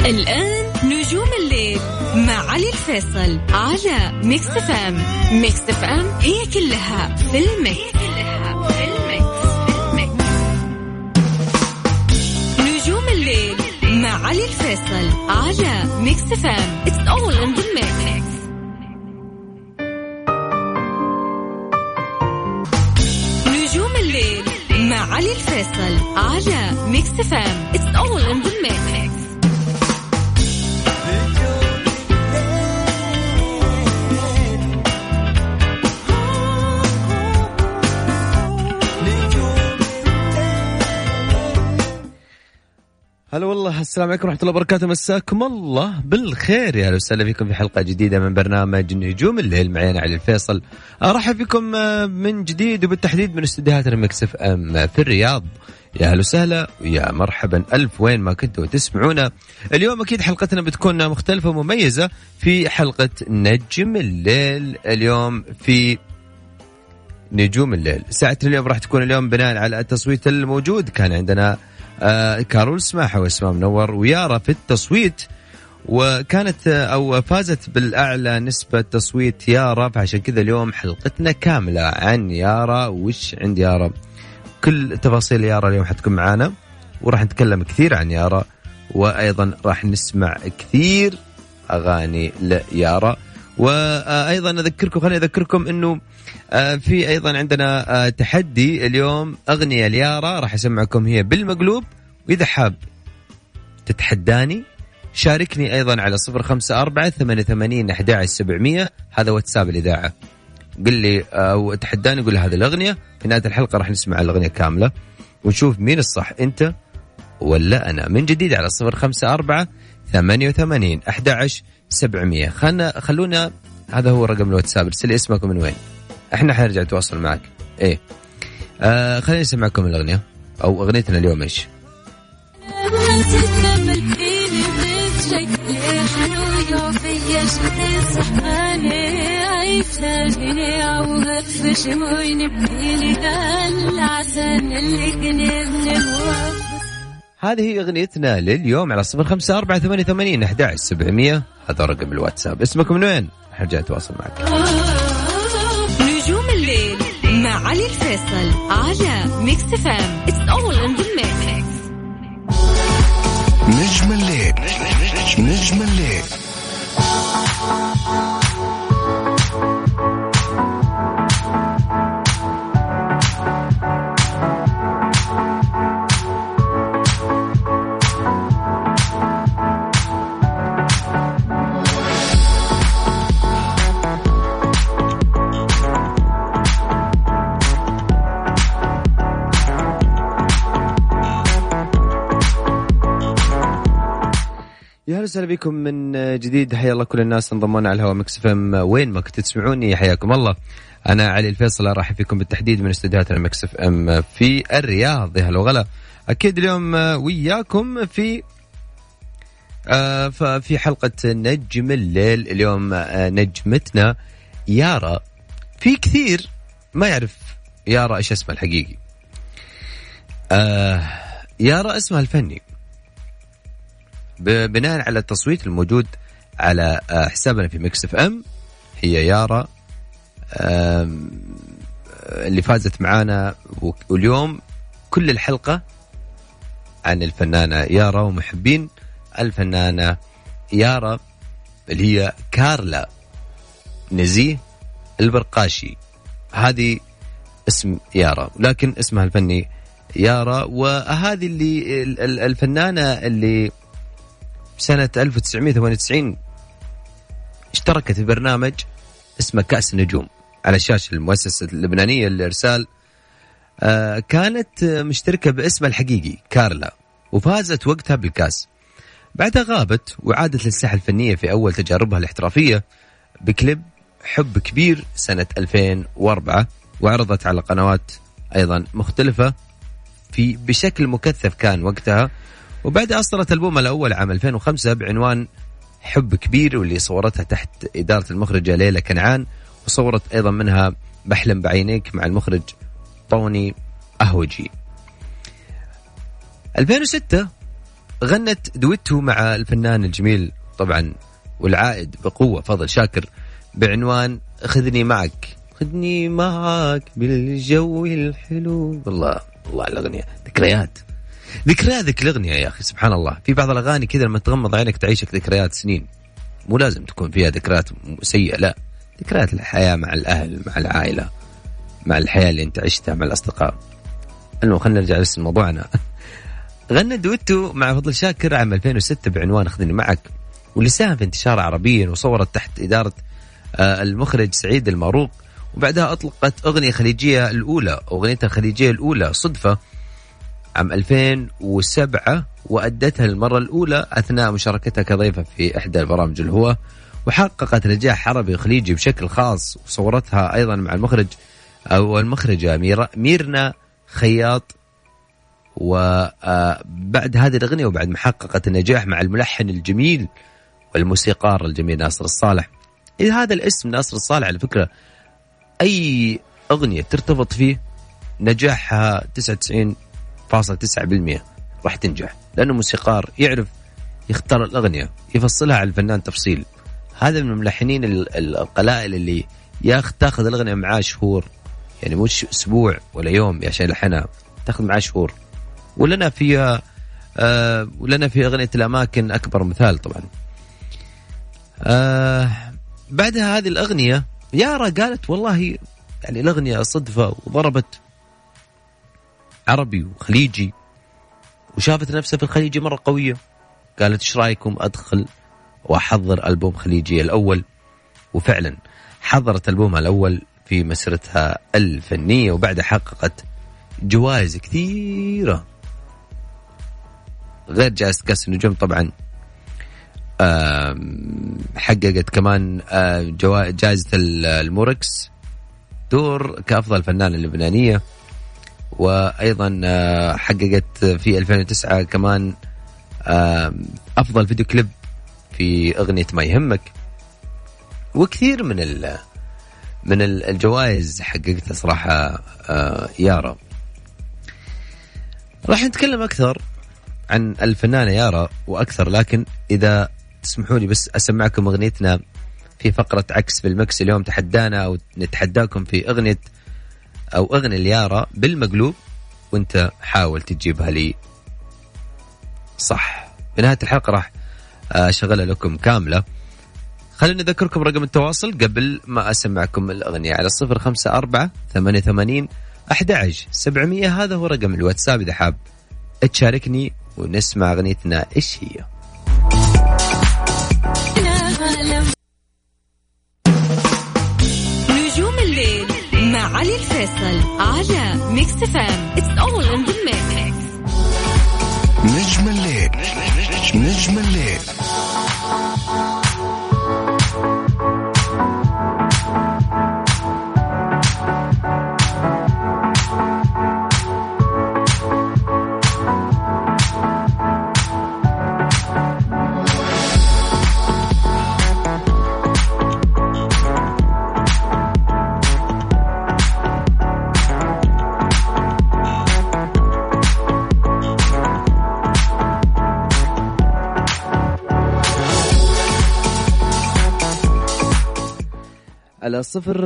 الآن نجوم الليل مع علي الفيصل على ميكس فام. ميكس فام هي كلها في الميكس. نجوم الليل مع علي الفيصل على ميكس فام. It's all in the mix. نجوم الليل مع علي الفيصل على ميكس فام. It's all in the mix. هلا والله، السلام عليكم ورحمة الله وبركاته. مساكم الله بالخير، يا أهلا وسهلا فيكم في حلقة جديدة من برنامج نجوم الليل معي أنا علي الفيصل. أرحب بكم من جديد وبالتحديد من استديوهات الميكس اف ام في الرياض. يا أهلا وسهلا ويا مرحبا ألف وين ما كنتوا تسمعونا. اليوم أكيد حلقتنا بتكون مختلفة ومميزة في حلقة نجم الليل. اليوم في نجوم الليل ساعتنا اليوم راح تكون اليوم بناء على التصويت الموجود. كان عندنا كارول سماحة واسماء منور ويارا في التصويت، وكانت أو فازت بالأعلى نسبة تصويت يارا، فعشان كذا اليوم حلقتنا كاملة عن يارا. وش عند يارا؟ كل تفاصيل يارا اليوم حتكون معانا، وراح نتكلم كثير عن يارا، وأيضا راح نسمع كثير أغاني ليارا. وأيضا خليني أذكركم أنه في أيضا عندنا تحدي اليوم، أغنية ليارا راح أسمعكم هي بالمقلوب، وإذا حاب تتحداني شاركني أيضا على 0548811700. هذا واتساب الإذاعة. قل لي أو تحداني، قل لي هذه الأغنية. في نهاية الحلقة راح نسمع الأغنية كاملة ونشوف مين الصح، أنت ولا أنا. من جديد على 0548811700. خلونا هذا هو رقم الواتساب. ارسل لي اسمك ومن وين، احنا حنرجع نتواصل معك. ايه خليني اسمعكم الاغنيه او اغنيتنا اليوم. ايش هذه هي اغنيتنا لليوم على 0548811700. هذا رقم الواتساب. اسمك من وين، حرجع اتواصل معك. نجوم الليل مع علي الفيصل على ميكس فام. It's all in the mix. نجم الليل. نجم الليل. يا هلا وسهلا بكم من جديد. حيا الله كل الناس انضمونا على الهواء ميكس اف ام وين ما كنتوا تسمعوني. حياكم الله. انا علي الفيصل ارحب فيكم بالتحديد من استديوهات الميكس اف ام في الرياض. يا هلا وغلا. اكيد اليوم وياكم في حلقة نجم الليل. اليوم نجمتنا يارا. في كثير ما يعرف يارا ايش اسمها الحقيقي. يارا اسمها الفني بناء على التصويت الموجود على حسابنا في ميكس اف ام. هي يارا اللي فازت معانا، واليوم كل الحلقة عن الفنانة يارا ومحبين الفنانة يارا اللي هي كارلا نزيه البرقاشي. هذه اسم يارا لكن اسمها الفني يارا. وهذه اللي الفنانة اللي سنة 1998 اشتركت في برنامج اسمه كأس النجوم على شاشة المؤسسة اللبنانية للإرسال. كانت مشتركة باسمها الحقيقي كارلا، وفازت وقتها بالكاس. بعدها غابت وعادت للساحة الفنية في أول تجاربها الاحترافية بكليب حب كبير سنة 2004، وعرضت على قنوات أيضا مختلفة بشكل مكثف كان وقتها. وبعدها أصدرت ألبومها الأول عام 2005 بعنوان حب كبير، واللي صورتها تحت إدارة المخرجة ليلى كنعان، وصورت أيضا منها بحلم بعينيك مع المخرج طوني أهوجي. 2006 غنت دويتو مع الفنان الجميل طبعا والعائد بقوة فضل شاكر بعنوان خذني معك بالجو الحلو. والله الأغنية ذكريات الأغنية يا أخي سبحان الله. في بعض الأغاني كذا لما تغمض عينك تعيشك ذكريات سنين، مو لازم تكون فيها ذكريات سيئة، لا، ذكريات الحياة مع الأهل مع العائلة مع الحياة اللي أنت عشتها مع الأصدقاء. المهم خلينا نرجع بس لموضوعنا. غنى دويتو مع فضل شاكر عام 2006 بعنوان خذني معك، واللي ساهم في انتشاره عربيا وصورت تحت إدارة المخرج سعيد الماروق. وبعدها أطلقت أغنيتها الخليجية الأولى صدفة عام 2007، وأدتها المرة الأولى أثناء مشاركتها كضيفة في إحدى البرامج الهواء، وحققت نجاح عربي وخليجي بشكل خاص. وصورتها أيضا مع المخرجة ميرنا خياط. وبعد هذه الأغنية وبعد ما حققت النجاح مع الملحن الجميل والموسيقار الجميل ناصر الصالح. إذا هذا الاسم ناصر الصالح على فكرة أي أغنية ترتبط فيه نجاحها 99.9% راح تنجح، لأنه موسيقار يعرف يختار الأغنية يفصلها على الفنان تفصيل. هذا من الملحنين القلائل اللي تاخذ الأغنية معاه شهور، يعني مش أسبوع ولا يوم عشان يلحنها، تاخذ معاه شهور. ولنا في أغنية الأماكن أكبر مثال طبعا. بعدها هذه الأغنية يارا قالت والله يعني الأغنية صدفة وضربت عربي وخليجي، وشافت نفسها في الخليجي مرة قوية. قالت إيش رأيكم أدخل وأحضر ألبوم خليجي الأول، وفعلا حضرت ألبومها الأول في مسيرتها الفنية، وبعدها حققت جوائز كثيرة غير جائزة كأس النجوم طبعا. حققت كمان جائزة الموركس دور كأفضل فنانة لبنانية، وأيضا حققت في 2009 كمان أفضل فيديو كليب في أغنية ما يهمك، وكثير من الجوائز حققتها صراحة يارا. راح نتكلم أكثر عن الفنانة يارا وأكثر، لكن إذا تسمحوا لي بس أسمعكم أغنيتنا في فقرة عكس في المكس. اليوم تحدانا أو نتحداكم في أغنية اليارا بالمقلوب، وانت حاول تجيبها لي صح. بنهاية الحلقة راح أشغلها لكم كاملة. خلينا نذكركم رقم التواصل قبل ما أسمعكم الأغنية على 0548811700. هذا هو رقم الواتساب إذا حاب تشاركني ونسمع أغنيتنا إيش هي. نجوم الليل مع علي الفيصل على ميكس فام. It's all in the mix. نجم الليل على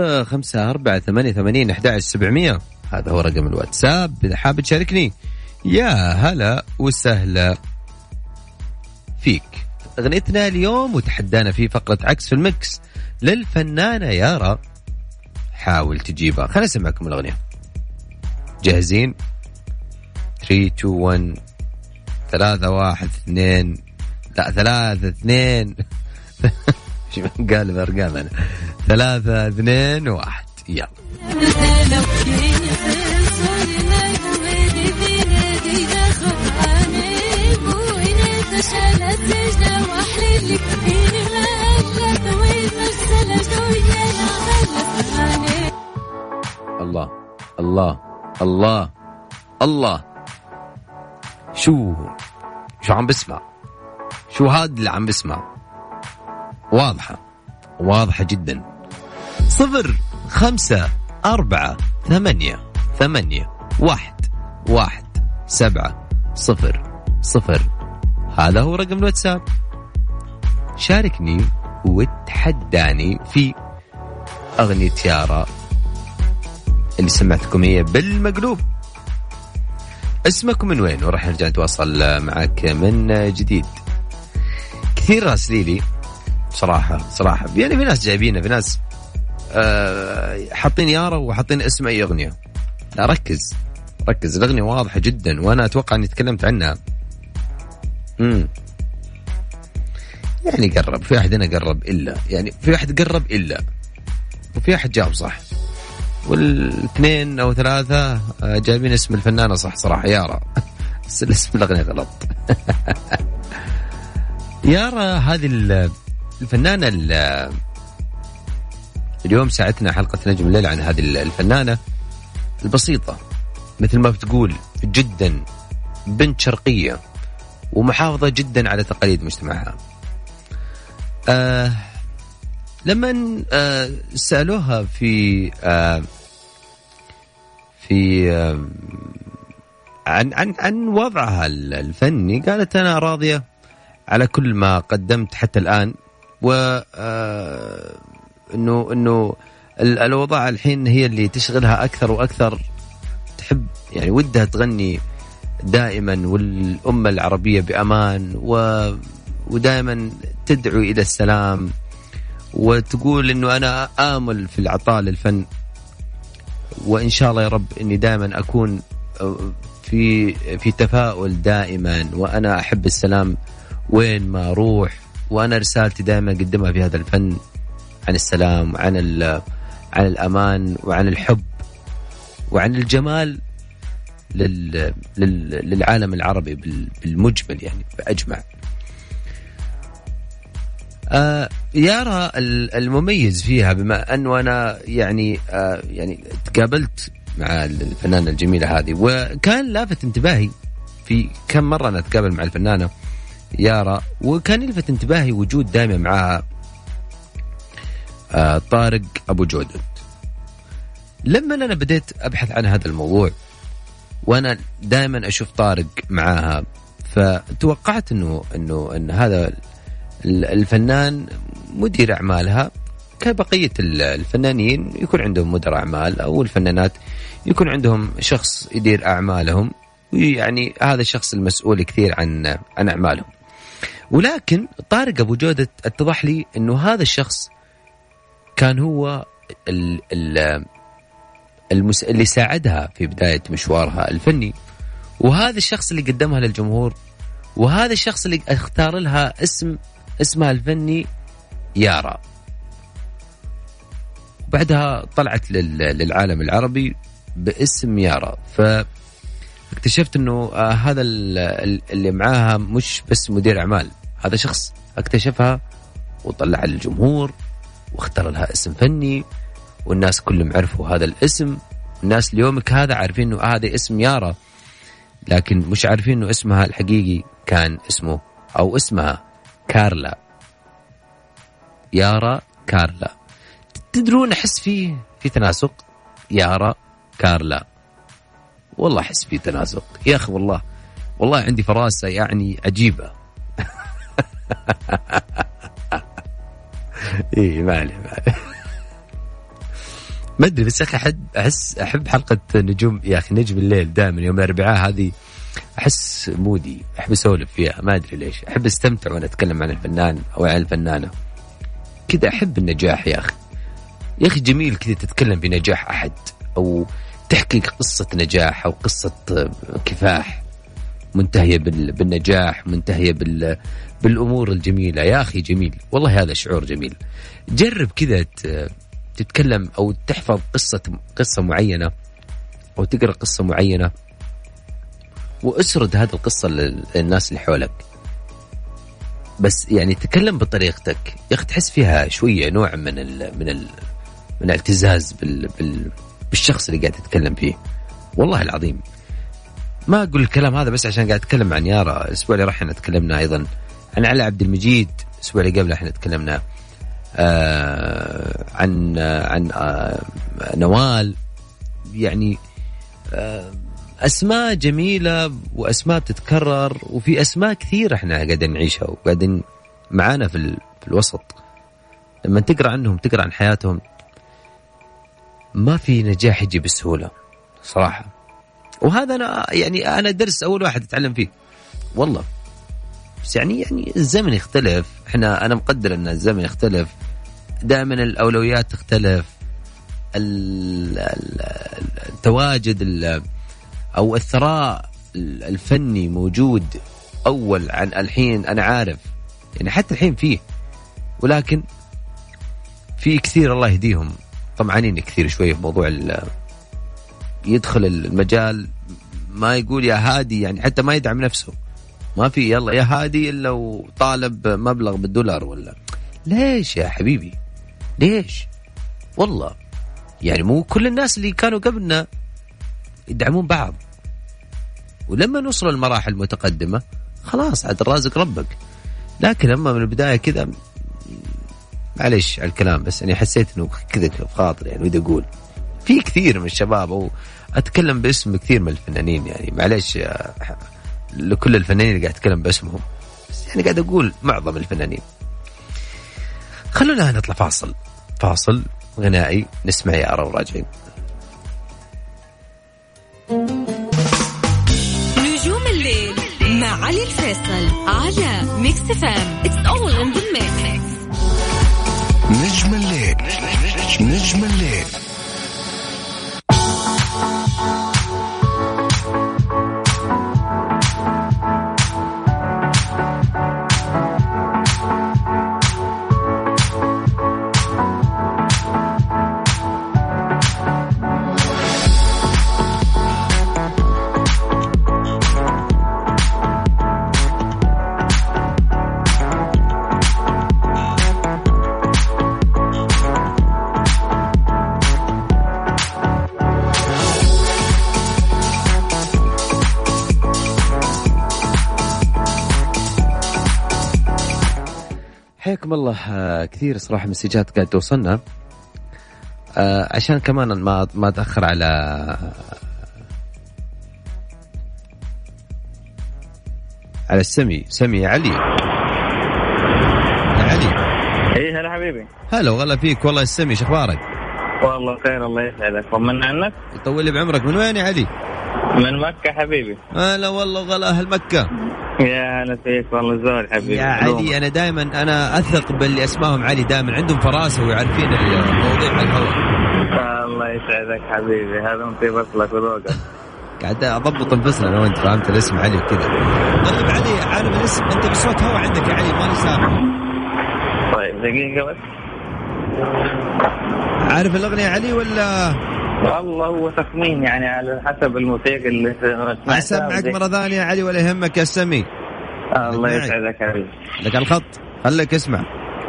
0548811700. هذا هو رقم الواتساب إذا حاب تشاركني. يا هلا وسهلا فيك. أغنيتنا اليوم وتحدانا في فقرة عكس في المكس للفنانة يارا، حاول تجيبها. خلينا نسمعكم الأغنية. جاهزين؟ 3 2 1 3 1 2 لا 3 2 قال بأرقام أنا 3 2 1 يلا. الله الله الله الله. شو عم بسمع؟ شو هاد اللي عم بسمع؟ واضحة جدا. 0548811700. هذا هو رقم الواتساب. شاركني وتحداني في أغنية يارا اللي سمعتكم هي بالمقلوب. اسمك من وين وراح نرجع نتواصل معك من جديد. كثير راسلي لي صراحة يعني في ناس جايبينه، في ناس حاطين يارا وحاطين اسم أي أغنية. لا ركز الأغنية واضحة جدا وأنا أتوقع أني تكلمت عنها. يعني قرب، في أحد هنا قرب إلا، يعني في أحد قرب إلا، وفي أحد جاب صح، والاثنين أو ثلاثة جايبين اسم الفنانة صح صراحة يارا بس الاسم الأغنية غلط. يارا هذه الفنانة اليوم ساعتنا حلقة نجم الليل عن هذه الفنانة البسيطة مثل ما بتقول جدا، بنت شرقية ومحافظة جدا على تقاليد مجتمعها. لما سألوها في عن وضعها الفني قالت أنا راضية على كل ما قدمت حتى الآن، و إنه الوضع الحين هي اللي تشغلها أكثر وأكثر، تحب يعني ودها تغني دائما والأمة العربية بأمان، ودائما تدعو إلى السلام، وتقول إنه أنا آمل في العطاء للفن، وإن شاء الله يا رب إني دائما أكون في تفاؤل دائما، وأنا أحب السلام وين ما أروح، وأنا رسالتي دائما أقدمها في هذا الفن عن السلام وعن الأمان وعن الحب وعن الجمال للعالم العربي بالمجمل يعني بأجمع. يارا المميز فيها بما أنه أنا يعني تقابلت مع الفنانة الجميلة هذه، وكان لافت انتباهي في كم مرة أنا أتقابل مع الفنانة يارا، وكان يلفت انتباهي وجود دائما معها طارق أبو جودة. لما أنا بديت أبحث عن هذا الموضوع وأنا دائما أشوف طارق معها، فتوقعت إن هذا الفنان مدير أعمالها كبقية الفنانين، يكون عندهم مدير أعمال، أو الفنانات يكون عندهم شخص يدير أعمالهم، ويعني هذا الشخص المسؤول كثير عن أعمالهم. ولكن طارق أبو جودة اتضح لي إنه هذا الشخص كان هو اللي ساعدها في بداية مشوارها الفني، وهذا الشخص اللي قدمها للجمهور، وهذا الشخص اللي اختار لها اسمها الفني يارا. بعدها طلعت للعالم العربي باسم يارا، فاكتشفت انه هذا اللي معاها مش بس مدير اعمال، هذا شخص اكتشفها وطلع للجمهور واختار لها اسم فني، والناس كلهم عرفوا هذا الاسم. الناس اليومك هذا عارفين انه هذا اسم يارا، لكن مش عارفين انه اسمها الحقيقي كان اسمه او اسمها كارلا. يارا كارلا. تدرون احس في تناسق، يارا كارلا، والله احس في تناسق يا اخي، والله عندي فراسة يعني عجيبة. ايه مالي ما ادري، بس يا اخي احب حلقة نجوم يا اخي، نجم الليل دائما يوم الاربعاء هذه احس مودي، احب اسولف فيها، ما ادري ليش، احب استمتع وانا اتكلم عن الفنان او عن الفنانة كذا. احب النجاح يا اخي جميل كذا تتكلم بنجاح احد، او تحكي قصة نجاح او قصة كفاح منتهية بالنجاح، منتهية بالامور الجميلة. يا اخي جميل والله، هذا شعور جميل. جرب كذا تتكلم او تحفظ قصة معينة، او تقرأ قصة معينة، واسرد هذه القصة للناس اللي حولك، بس يعني تكلم بطريقتك يا اخي، تحس فيها شوية نوع من الاعتزاز بالشخص اللي قاعد تتكلم فيه. والله العظيم ما أقول الكلام هذا بس عشان قاعد أتكلم عن يارا. الأسبوع اللي راح احنا تكلمنا أيضا عن علي عبد المجيد، الأسبوع اللي قبله احنا تكلمنا عن نوال. يعني أسماء جميلة وأسماء بتتكرر، وفي أسماء كثير إحنا قاعدين نعيشها وقاعدين معانا في الوسط. لما تقرأ عنهم، تقرأ عن حياتهم، ما في نجاح يجي بسهولة صراحة. وهذا أنا درس أول واحد أتعلم فيه والله. بس يعني الزمن يختلف، أنا مقدر أن الزمن يختلف، دائما الأولويات تختلف، التواجد أو الثراء الفني موجود أول عن الحين. أنا عارف يعني حتى الحين فيه، ولكن في كثير الله يهديهم طمعانين كثير شوية في موضوع يدخل المجال ما يقول يا هادي، يعني حتى ما يدعم نفسه، ما في يلا يا هادي إلا وطالب مبلغ بالدولار ولا. ليش يا حبيبي ليش؟ والله يعني مو كل الناس اللي كانوا قبلنا يدعمون بعض، ولما نوصل للمراحل المتقدمة خلاص عاد الرازق ربك. لكن أما من البداية كذا معليش على الكلام، بس أنا حسيت إنه كذا في خاطر، يعني ودي أقول في كثير من الشباب، أو أتكلم باسم كثير من الفنانين، يعني معليش لكل الفنانين اللي قاعد أتكلم باسمهم، بس يعني قاعد أقول معظم الفنانين. خلونا نطلع فاصل غنائي نسمع يارا وراجعين. نجوم الليل مع علي الفيصل على ميكس فام. It's all in the mix. نجم الليل. نجم الليل. حياكم الله. كثير صراحة مسجات قاعد توصلنا، عشان كمان ما أتأخر على سمي علي. ايه هلا حبيبي. هلا وغلا فيك والله. السمي شخبارك؟ والله خير الله يسعدك. ومن عنك؟ يطول لي بعمرك. من وين يا علي؟ من مكة حبيبي. هلا والله وغلا أهل مكة. يا هلا فيك والله زور حبيبي. يا علي أنا دائما أنا أثق باللي اسمائهم علي، دائما عندهم فراسة ويعرفين المواضيع على الهواء. الله يسعدك حبيبي، هذا مطيب أصلك وذوقك. قاعد أضبط الفصل أنا وأنت، فهمت الاسم علي وكذا. طيب علي عارف الاسم أنت بصوت هوا عندك يا علي، ماني سامع. طيب دقيقة بس. عارف الأغنية يا علي ولا؟ والله هو تخمين يعني على حسب الموسيقى اللي سمعتها. أسمعك مرة ثانية يا علي ولا يهمك يا سمي. الله يسعدك حبيبي. لك الخط خليك اسمع.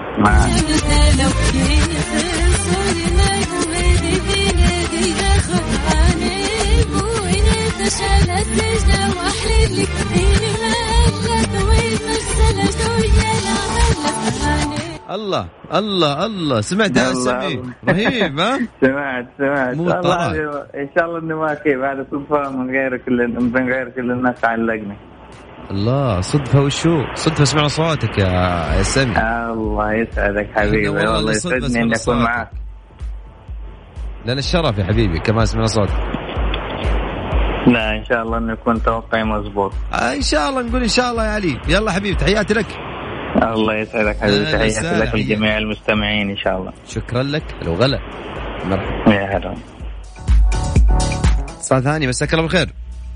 الله الله الله سمعت يا سمي رهيب. ها سمعت الله. ان شاء الله انه ما كيف هذا صدفه من غير كل الناس علقني. الله صدفه. وشو صدفه سمعنا صوتك يا سمي. الله يسعدك حبيبي، والله يسعدني اني اكون معك. لنا الشرف يا حبيبي كمان سمعنا صوتك. لا ان شاء الله انه يكون توقعي مزبوط. ان شاء الله نقول ان شاء الله يا علي. يلا حبيبي تحياتي لك. الله يسعدك حبيبي، تحياتي لك لجميع المستمعين ان شاء الله. شكرا لك. لو غلا مرحبا. يا هلا. اتصال ثاني. مساك الله بالخير.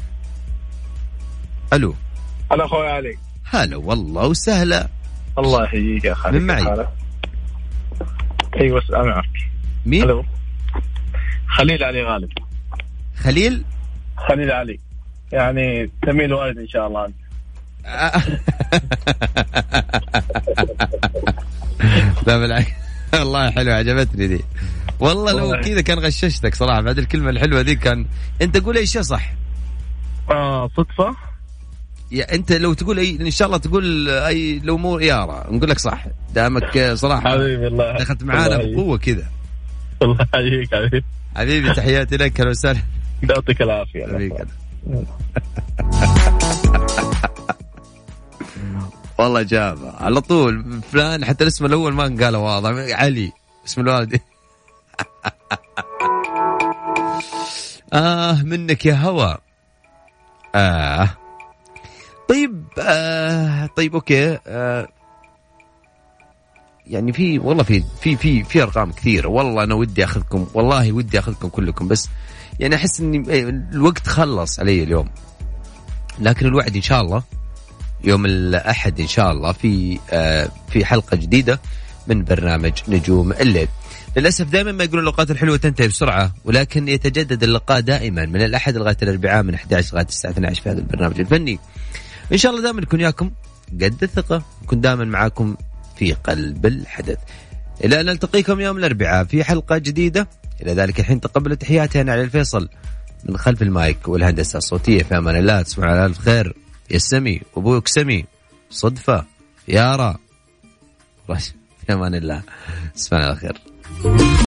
الو. هلا اخوي علي. هلا والله وسهلا. الله يحييك يا خالد. من معي؟ ايوه سامعك. مين؟ الو. خليل علي غالب. خليل علي، يعني تميل والد ان شاء الله انت. لا بالعكس والله حلو عجبتني دي والله. لو كذا كان غششتك صراحة بعد الكلمة الحلوة دي. كان انت تقول اي شيء صح. صدفة. يا انت لو تقول اي ان شاء الله تقول اي لو مو يارا نقول لك صح دامك صراحة حبيبي. الله دخلت معانا بقوة كذا. الله يحييك حبيبي. حبيبي تحياتي لك. هلا وسهلا. يعطيك العافية. والله جابه على طول فلان، حتى الاسم الأول ما قاله واضح، علي اسم الوالد. منك يا هوا. طيب طيب أوكي. يعني في والله في أرقام كثيرة، والله أنا ودي أخذكم، والله ودي أخذكم كلكم، بس يعني أحس إن الوقت خلص علي اليوم. لكن الوعد إن شاء الله يوم الأحد إن شاء الله في حلقة جديدة من برنامج نجوم الليل. للأسف دائما ما يقولون اللقاءات الحلوة تنتهي بسرعة، ولكن يتجدد اللقاء دائما من الأحد لغاية الأربعاء من 11 لغاية الساعة 12 في هذا البرنامج الفني. إن شاء الله دائما نكون ياكم قد الثقة، نكون دائما معاكم في قلب الحدث. إلى أن نلتقيكم يوم الأربعاء في حلقة جديدة. إلى ذلك الحين تقبلوا تحياتي أنا علي الفيصل من خلف المايك والهندسة الصوتية. في أمان الله، تصبحوا على ألف خير. يا سمي وأبوك سمي، صدفة يارا. في أمان الله، تصبحوا على خير.